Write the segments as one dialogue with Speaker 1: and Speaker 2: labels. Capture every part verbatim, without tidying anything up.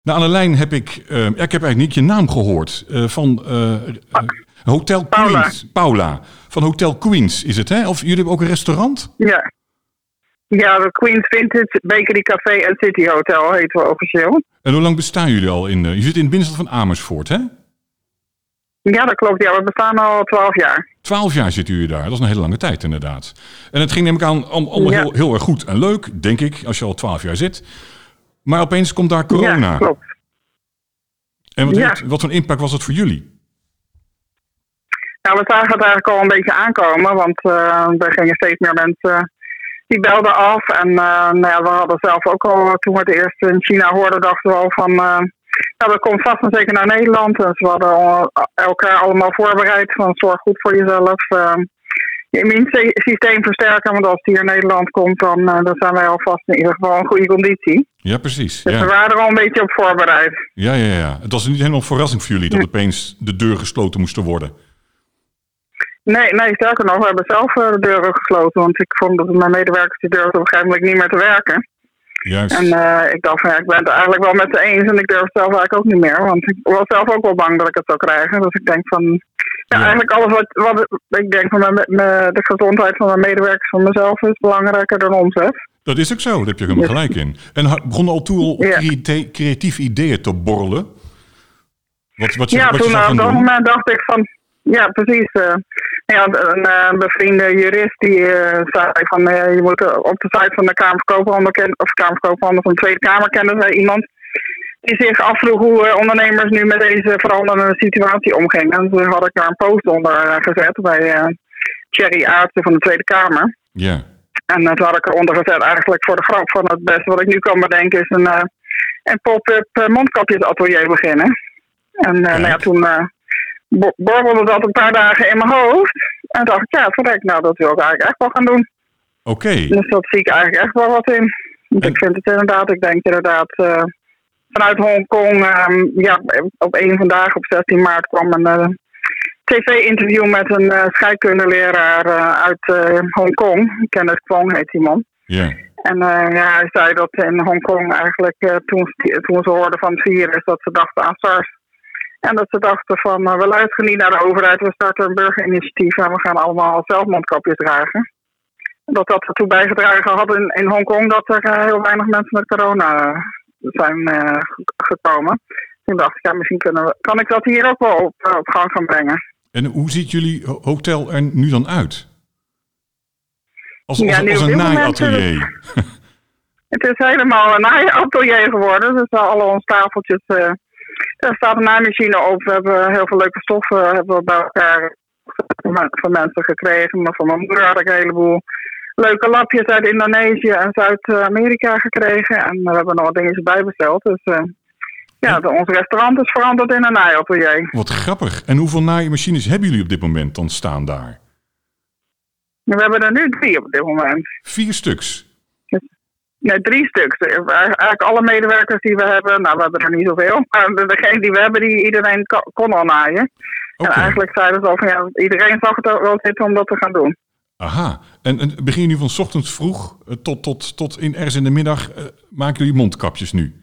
Speaker 1: Nou, aan de lijn heb ik... Uh, ik heb eigenlijk niet je naam gehoord. Uh, van uh, uh, Hotel
Speaker 2: Paula.
Speaker 1: Queens. Paula. Van Hotel Queens is het, hè? Of jullie hebben ook een restaurant?
Speaker 2: Ja. Ja, de Queens Vintage Bakery Café en City Hotel heet we officieel.
Speaker 1: En hoe lang bestaan jullie al in... Uh, je zit in de binnenstad van Amersfoort, hè?
Speaker 2: Ja, dat klopt. Ja, we bestaan al twaalf jaar.
Speaker 1: Twaalf jaar zitten jullie daar. Dat is een hele lange tijd, inderdaad. En het ging neem ik aan allemaal
Speaker 2: Ja.
Speaker 1: heel, heel erg goed en leuk, denk ik, als je al twaalf jaar zit. Maar opeens komt daar corona.
Speaker 2: Ja, klopt.
Speaker 1: En wat,
Speaker 2: Ja.
Speaker 1: heeft, wat voor een impact was het voor jullie?
Speaker 2: Nou, we zagen het eigenlijk al een beetje aankomen, want uh, er gingen steeds meer mensen die belden af. En uh, nou ja, we hadden zelf ook al, toen we het eerst in China hoorden, dachten we al van, uh, nou, dat komt vast en zeker naar Nederland. Dus we hadden al, elkaar allemaal voorbereid van zorg goed voor jezelf. Uh, je immuunsysteem versterken, want als die hier in Nederland komt, dan, uh, dan zijn wij alvast in ieder geval in goede conditie.
Speaker 1: Ja, precies.
Speaker 2: Dus
Speaker 1: ja.
Speaker 2: we waren er al een beetje op voorbereid.
Speaker 1: Ja, ja, ja. Het was niet helemaal een verrassing voor jullie dat opeens de deur gesloten moesten worden.
Speaker 2: Nee, nee, sterker nog, we hebben zelf uh, de deuren gesloten. Want ik vond dat mijn medewerkers die durfden op een gegeven moment niet meer te werken.
Speaker 1: Juist.
Speaker 2: En uh, ik dacht, ja, ik ben het eigenlijk wel met ze eens en ik durf het zelf eigenlijk ook niet meer. Want ik was zelf ook wel bang dat ik het zou krijgen. Dus ik denk van, ja,
Speaker 1: Ja.
Speaker 2: eigenlijk alles wat, wat ik denk van mijn, mijn, de gezondheid van mijn medewerkers, van mezelf, is belangrijker dan omzet.
Speaker 1: Dat is ook zo, daar heb je helemaal gelijk in. En ha- begonnen al toen al
Speaker 2: Ja.
Speaker 1: creati- creatieve ideeën te borrelen? Wat, wat je,
Speaker 2: Ja,
Speaker 1: wat je
Speaker 2: toen
Speaker 1: zou
Speaker 2: op
Speaker 1: gaan
Speaker 2: dat
Speaker 1: doen?
Speaker 2: moment dacht ik van, ja, precies. Uh, ja, een uh, bevriende jurist die uh, zei van, uh, je moet uh, op de site van de Kamer van Koophandel kennen, of Kamer van Koophandel van de Tweede Kamer kennen zij iemand die zich afvroeg hoe uh, ondernemers nu met deze veranderende situatie omgingen. En toen had ik daar een post onder uh, gezet bij uh, Thierry Aartsen van de Tweede Kamer.
Speaker 1: Ja.
Speaker 2: En uh, toen had ik eronder gezet eigenlijk voor de grap van het beste wat ik nu kan bedenken is een, uh, een pop-up uh, mondkapjesatelier beginnen. En uh, nou ja, toen uh, bo- borrelde dat een paar dagen in mijn hoofd. En dacht ik, ja, verrek, nou dat wil ik eigenlijk echt wel gaan doen.
Speaker 1: Oké. Okay.
Speaker 2: Dus dat zie ik eigenlijk echt wel wat in. Want
Speaker 1: En...
Speaker 2: ik vind het inderdaad, ik denk inderdaad, uh, vanuit Hongkong, um, ja, op een vandaag op zestien maart kwam een uh, tv-interview met een uh, scheikundeleraar uh, uit uh, Hongkong. Kenneth Kwong heet die man.
Speaker 1: Ja.
Speaker 2: En uh, ja, hij zei dat in Hongkong eigenlijk, uh, toen, toen ze hoorden van het virus, dat ze dachten aan SARS. En dat ze dachten van, uh, we luisteren niet naar de overheid, we starten een burgerinitiatief en we gaan allemaal zelf mondkapjes dragen. En dat dat ertoe bijgedragen had in, in Hongkong dat er uh, heel weinig mensen met corona uh, zijn uh, gekomen. Toen dacht ik, ja, misschien kunnen we, kan ik dat hier ook wel op, uh, op gang gaan brengen.
Speaker 1: En hoe ziet jullie hotel er nu dan uit? Als, als,
Speaker 2: Ja,
Speaker 1: als, als een naaiatelier.
Speaker 2: Het is helemaal een naaiatelier geworden. Dus alle onze tafeltjes. Uh, er staat een naaimachine op. We hebben heel veel leuke stoffen hebben we bij elkaar van mensen gekregen. Maar van mijn moeder had ik een heleboel leuke lapjes uit Indonesië en Zuid-Amerika gekregen. En we hebben nog wat dingetjes bijbesteld. Dus uh, ja, de, ons restaurant is veranderd in een naaiatelier.
Speaker 1: Wat grappig. En hoeveel naaimachines hebben jullie op dit moment dan staan daar?
Speaker 2: We hebben er nu drie op dit moment.
Speaker 1: Vier stuks?
Speaker 2: Nee, drie stuks. Eigenlijk alle medewerkers die we hebben, nou we hebben er niet zoveel. Maar degene die we hebben, die iedereen kon al naaien. Okay. En eigenlijk zeiden ze al van ja, iedereen zag het wel zitten om dat te gaan doen.
Speaker 1: Aha. En, en begin je nu van 's ochtends vroeg uh, tot, tot, tot in ergens in de middag, uh, maken jullie mondkapjes nu?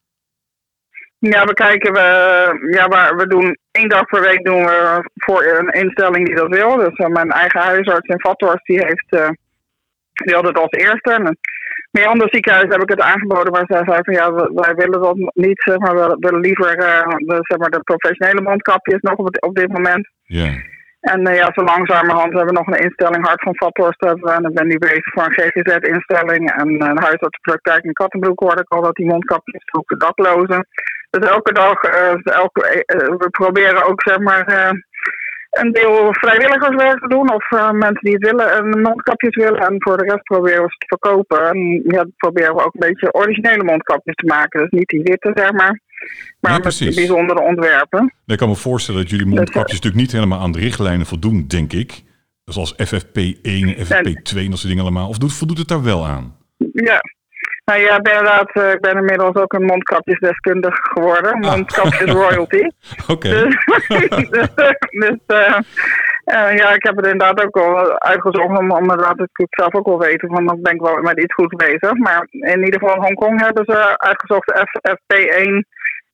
Speaker 2: Ja, we kijken, we, ja, maar we doen één dag per week doen we voor een instelling die dat wil. Dus uh, mijn eigen huisarts in Vathorst, die heeft, uh, die had het als eerste. En bij een ander ziekenhuis heb ik het aangeboden, maar zij zei van ja, wij willen dat niet, zeg maar, we willen liever uh, de, zeg maar, de professionele mondkapjes nog op, op dit moment.
Speaker 1: Ja. Yeah.
Speaker 2: En uh, ja, zo langzamerhand hebben we nog een instelling Hart van Vathorst hebben. En ik ben nu bezig voor een G G Z-instelling. En uh, een huisartsenpraktijk in Kattenbroek hoorde ik al dat die mondkapjes voor de daklozen. Dus elke dag, uh, elke, uh, we proberen ook zeg maar uh, een deel vrijwilligerswerk te doen. Of uh, mensen die het willen, uh, mondkapjes willen. En voor de rest proberen we ze te verkopen. En ja, proberen we ook een beetje originele mondkapjes te maken. Dus niet die witte, zeg maar. Maar
Speaker 1: nee,
Speaker 2: met
Speaker 1: precies.
Speaker 2: bijzondere ontwerpen.
Speaker 1: Ik kan me voorstellen dat jullie mondkapjes dus, natuurlijk niet helemaal aan de richtlijnen voldoen, denk ik. Zoals F F P één, F F P twee en dat soort dingen allemaal. Of doet, voldoet het daar wel aan?
Speaker 2: Ja. Nou ja, inderdaad, uh, ik ben inmiddels ook een mondkapjesdeskundige geworden. Mondkapjes royalty.
Speaker 1: Oké. Okay.
Speaker 2: Dus, dus, dus uh, uh, ja, ik heb het inderdaad ook al uitgezocht. Om, omdat ik zelf ook wel weten, van dan ben ik wel met iets goed bezig. Maar in ieder geval in Hongkong hebben ze uitgezocht F F P één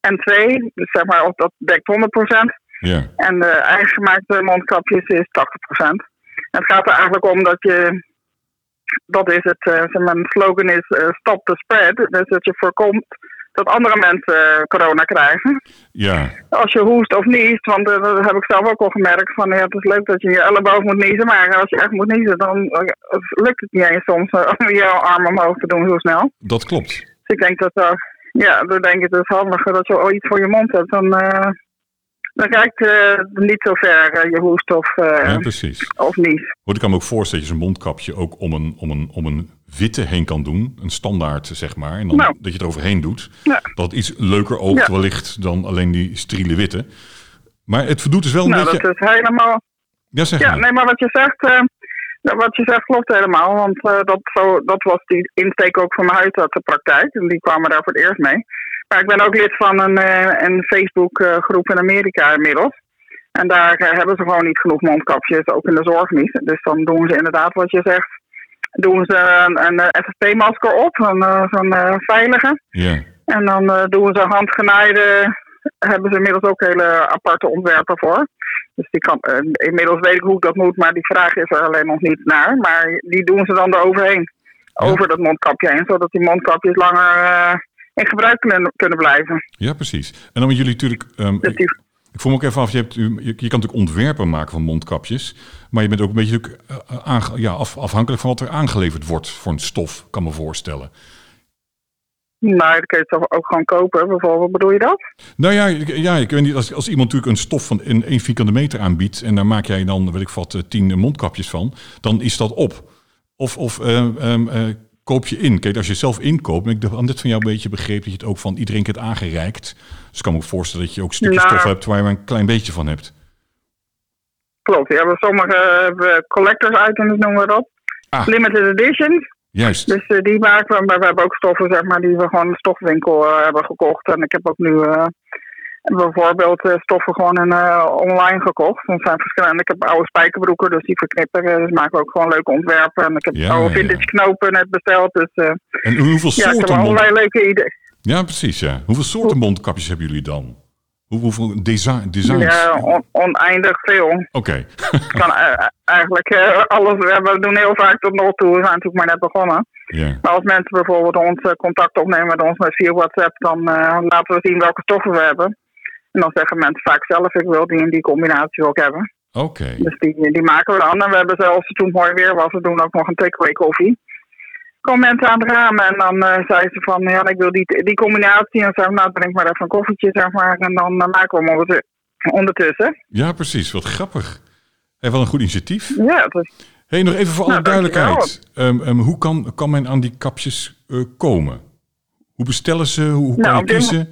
Speaker 2: N twee, dus zeg maar, dat dekt honderd procent.
Speaker 1: Ja.
Speaker 2: En de eigen gemaakte mondkapjes is tachtig procent. En het gaat er eigenlijk om dat je, dat is het, uh, zeg maar, een slogan is uh, stop the spread. Dus dat je voorkomt dat andere mensen uh, corona krijgen.
Speaker 1: Ja.
Speaker 2: Als je hoest of niest, want uh, dat heb ik zelf ook al gemerkt, van ja, het is leuk dat je je elleboog moet niezen, maar als je echt moet niezen, dan uh, lukt het niet eens soms uh, om je arm omhoog te doen zo snel.
Speaker 1: Dat klopt.
Speaker 2: Dus ik denk dat, uh, ja, dan denk ik het is handiger dat je al iets voor je mond hebt, dan... Uh, Dan kijkt uh, niet zo ver uh, je hoest of, uh,
Speaker 1: ja, precies.
Speaker 2: of nies.
Speaker 1: Want ik kan me ook voorstellen dat je zo'n mondkapje ook om een, om, een, om een witte heen kan doen. Een standaard, zeg maar. En dan nou. dat je het overheen doet. Ja. Dat het iets leuker oogt ja. wellicht dan alleen die steriele witte. Maar het voldoet dus wel een
Speaker 2: nou,
Speaker 1: beetje...
Speaker 2: dat is helemaal...
Speaker 1: Ja, zeg
Speaker 2: ja,
Speaker 1: maar.
Speaker 2: Nee, maar wat je zegt... Uh, wat je zegt klopt helemaal. Want uh, dat, zo, dat was die insteek ook van mijn huisartsenpraktijk. En die kwamen daar voor het eerst mee. Maar ik ben ook lid van een, een Facebook-groep in Amerika inmiddels. En daar hebben ze gewoon niet genoeg mondkapjes, ook in de zorg niet. Dus dan doen ze inderdaad wat je zegt. Doen ze een, een F F P-masker op, een, zo'n uh, veilige.
Speaker 1: Yeah.
Speaker 2: En dan uh, doen ze handgenaaide, hebben ze inmiddels ook hele aparte ontwerpen voor. Dus die kan, uh, inmiddels weet ik hoe ik dat moet, maar die vraag is er alleen nog niet naar. Maar die doen ze dan eroverheen, ja. over dat mondkapje heen, zodat die mondkapjes langer... Uh, in gebruik kunnen, kunnen blijven.
Speaker 1: Ja, precies. En dan met jullie natuurlijk... Um, dus die... ik, ik voel me ook even af, je, hebt, je, je kan natuurlijk ontwerpen maken van mondkapjes, maar je bent ook een beetje uh, aange, ja, af, afhankelijk van wat er aangeleverd wordt voor een stof, kan me voorstellen.
Speaker 2: Nou, dat kun je toch ook gewoon kopen, bijvoorbeeld. Bedoel je dat?
Speaker 1: Nou ja, ja ik weet niet, als, als iemand natuurlijk een stof van een één vierkante meter aanbiedt en daar maak jij dan, weet ik wat, tien mondkapjes van, dan is dat op. Of... of uh, um, uh, koop je in. Kijk, als je zelf inkoopt... ik heb net van jou een beetje begrepen... dat je het ook van iedereen kent aangereikt. Dus ik kan me ook voorstellen dat je ook stukjes nou, stof hebt... waar je maar een klein beetje van hebt.
Speaker 2: Klopt. We hebben sommige uh, collectors items, noemen we dat. Ah. Limited editions.
Speaker 1: Juist.
Speaker 2: Dus uh, die maken we... Maar we hebben ook stoffen, zeg maar... die we gewoon in de stofwinkel uh, hebben gekocht. En ik heb ook nu... Uh, bijvoorbeeld uh, stoffen gewoon in, uh, online gekocht. Dat zijn verschillende. Ik heb oude spijkerbroeken, dus die verknippen. Dus maken we ook gewoon leuke ontwerpen. En ik heb ja, oude vintage ja. knopen net besteld. Dus, uh,
Speaker 1: en hoeveel
Speaker 2: ja,
Speaker 1: soorten
Speaker 2: ik heb allerlei mond... leuke ideeën.
Speaker 1: Ja, precies. Ja. Hoeveel soorten mondkapjes hebben jullie dan? Hoe, hoeveel design, designs?
Speaker 2: Ja, on, oneindig veel.
Speaker 1: Oké. Okay.
Speaker 2: kan uh, eigenlijk uh, alles. We doen heel vaak tot nog toe. We zijn natuurlijk maar net begonnen.
Speaker 1: Ja.
Speaker 2: Maar als mensen bijvoorbeeld ons uh, contact opnemen met ons met via WhatsApp, dan uh, laten we zien welke stoffen we hebben. En dan zeggen mensen vaak zelf, ik wil die en die combinatie ook hebben.
Speaker 1: Oké. Okay.
Speaker 2: Dus die, die maken we dan. En we hebben zelfs, toen het mooi weer was, we doen ook nog een takeaway koffie. Komen mensen aan het raam en dan uh, zeiden ze van, ja, ik wil die, die combinatie. En dan zeggen we, nou, drink maar even een koffietje, zeg maar. En dan uh, maken we hem ondertussen.
Speaker 1: Ja, precies. Wat grappig. Hey, wel een goed initiatief.
Speaker 2: Ja, dus...
Speaker 1: Hey, nog even voor alle nou, duidelijkheid. Um, um, hoe kan, kan men aan die kapjes uh, komen? Hoe bestellen ze? Hoe, hoe kan nou, je kiezen?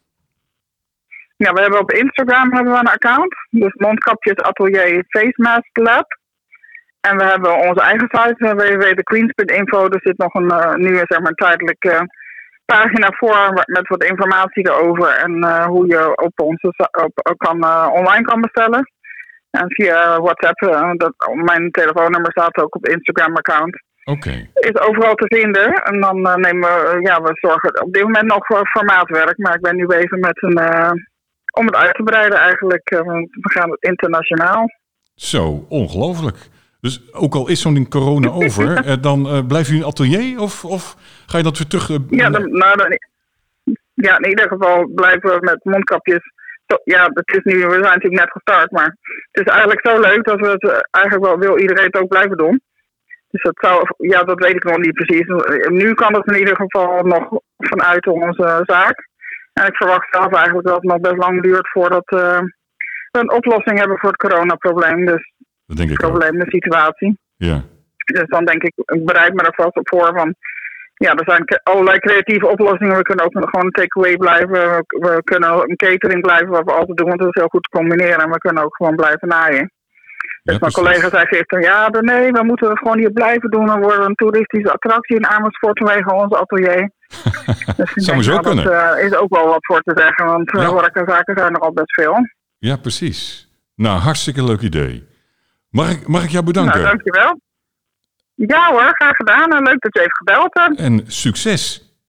Speaker 2: Ja, we hebben op Instagram hebben we een account. Dus Mondkapjes Atelier Face Mask Lab. En we hebben onze eigen site, w w w punt queens punt info. Er zit nog een uh, nieuwe, zeg maar, tijdelijke uh, pagina voor met wat informatie erover. En uh, hoe je op onze op, kan, uh, online kan bestellen. En via WhatsApp, uh, dat, mijn telefoonnummer staat ook op Instagram-account.
Speaker 1: Oké. Okay.
Speaker 2: Is overal te vinden. En dan uh, nemen we, uh, ja, we zorgen op dit moment nog voor formaatwerk. Maar ik ben nu bezig met een... Uh, om het uit te breiden eigenlijk. Uh, we gaan internationaal.
Speaker 1: Zo, ongelooflijk. Dus ook al is zo'n ding corona over, uh, dan uh, blijf je in het atelier? Of, of ga je dat weer terug... Uh,
Speaker 2: ja, dan, nou, dan, ja, in ieder geval blijven we met mondkapjes. Zo, ja, het is nu, we zijn natuurlijk net gestart, maar het is eigenlijk zo leuk dat we het uh, eigenlijk wel wil iedereen het ook blijven doen. Dus dat zou, ja, dat weet ik nog niet precies. Nu kan het in ieder geval nog vanuit onze uh, zaak. En ik verwacht zelf eigenlijk dat het nog best lang duurt voordat uh, we een oplossing hebben voor het coronaprobleem. Dus
Speaker 1: dat denk ik
Speaker 2: probleem, de situatie.
Speaker 1: Ja.
Speaker 2: Dus dan denk ik, ik bereid me er vast op voor van, ja, er zijn allerlei creatieve oplossingen. We kunnen ook gewoon een takeaway blijven. We, we kunnen een catering blijven, wat we altijd doen, want dat is heel goed te combineren. En we kunnen ook gewoon blijven naaien. Dus ja, mijn collega zei gisteren, ja, nee, we moeten het gewoon hier blijven doen. Dan worden we een toeristische attractie in Amersfoort vanwege ons atelier. Dus
Speaker 1: zou denk, zo nou, kunnen.
Speaker 2: Dat uh, is ook wel wat voor te zeggen, want ja. horecazaken zijn er al best veel.
Speaker 1: Ja, precies. Nou, hartstikke leuk idee. Mag ik, mag ik jou bedanken?
Speaker 2: Nou, dankjewel. Ja hoor, graag gedaan. En leuk dat je even gebeld hebt.
Speaker 1: En succes.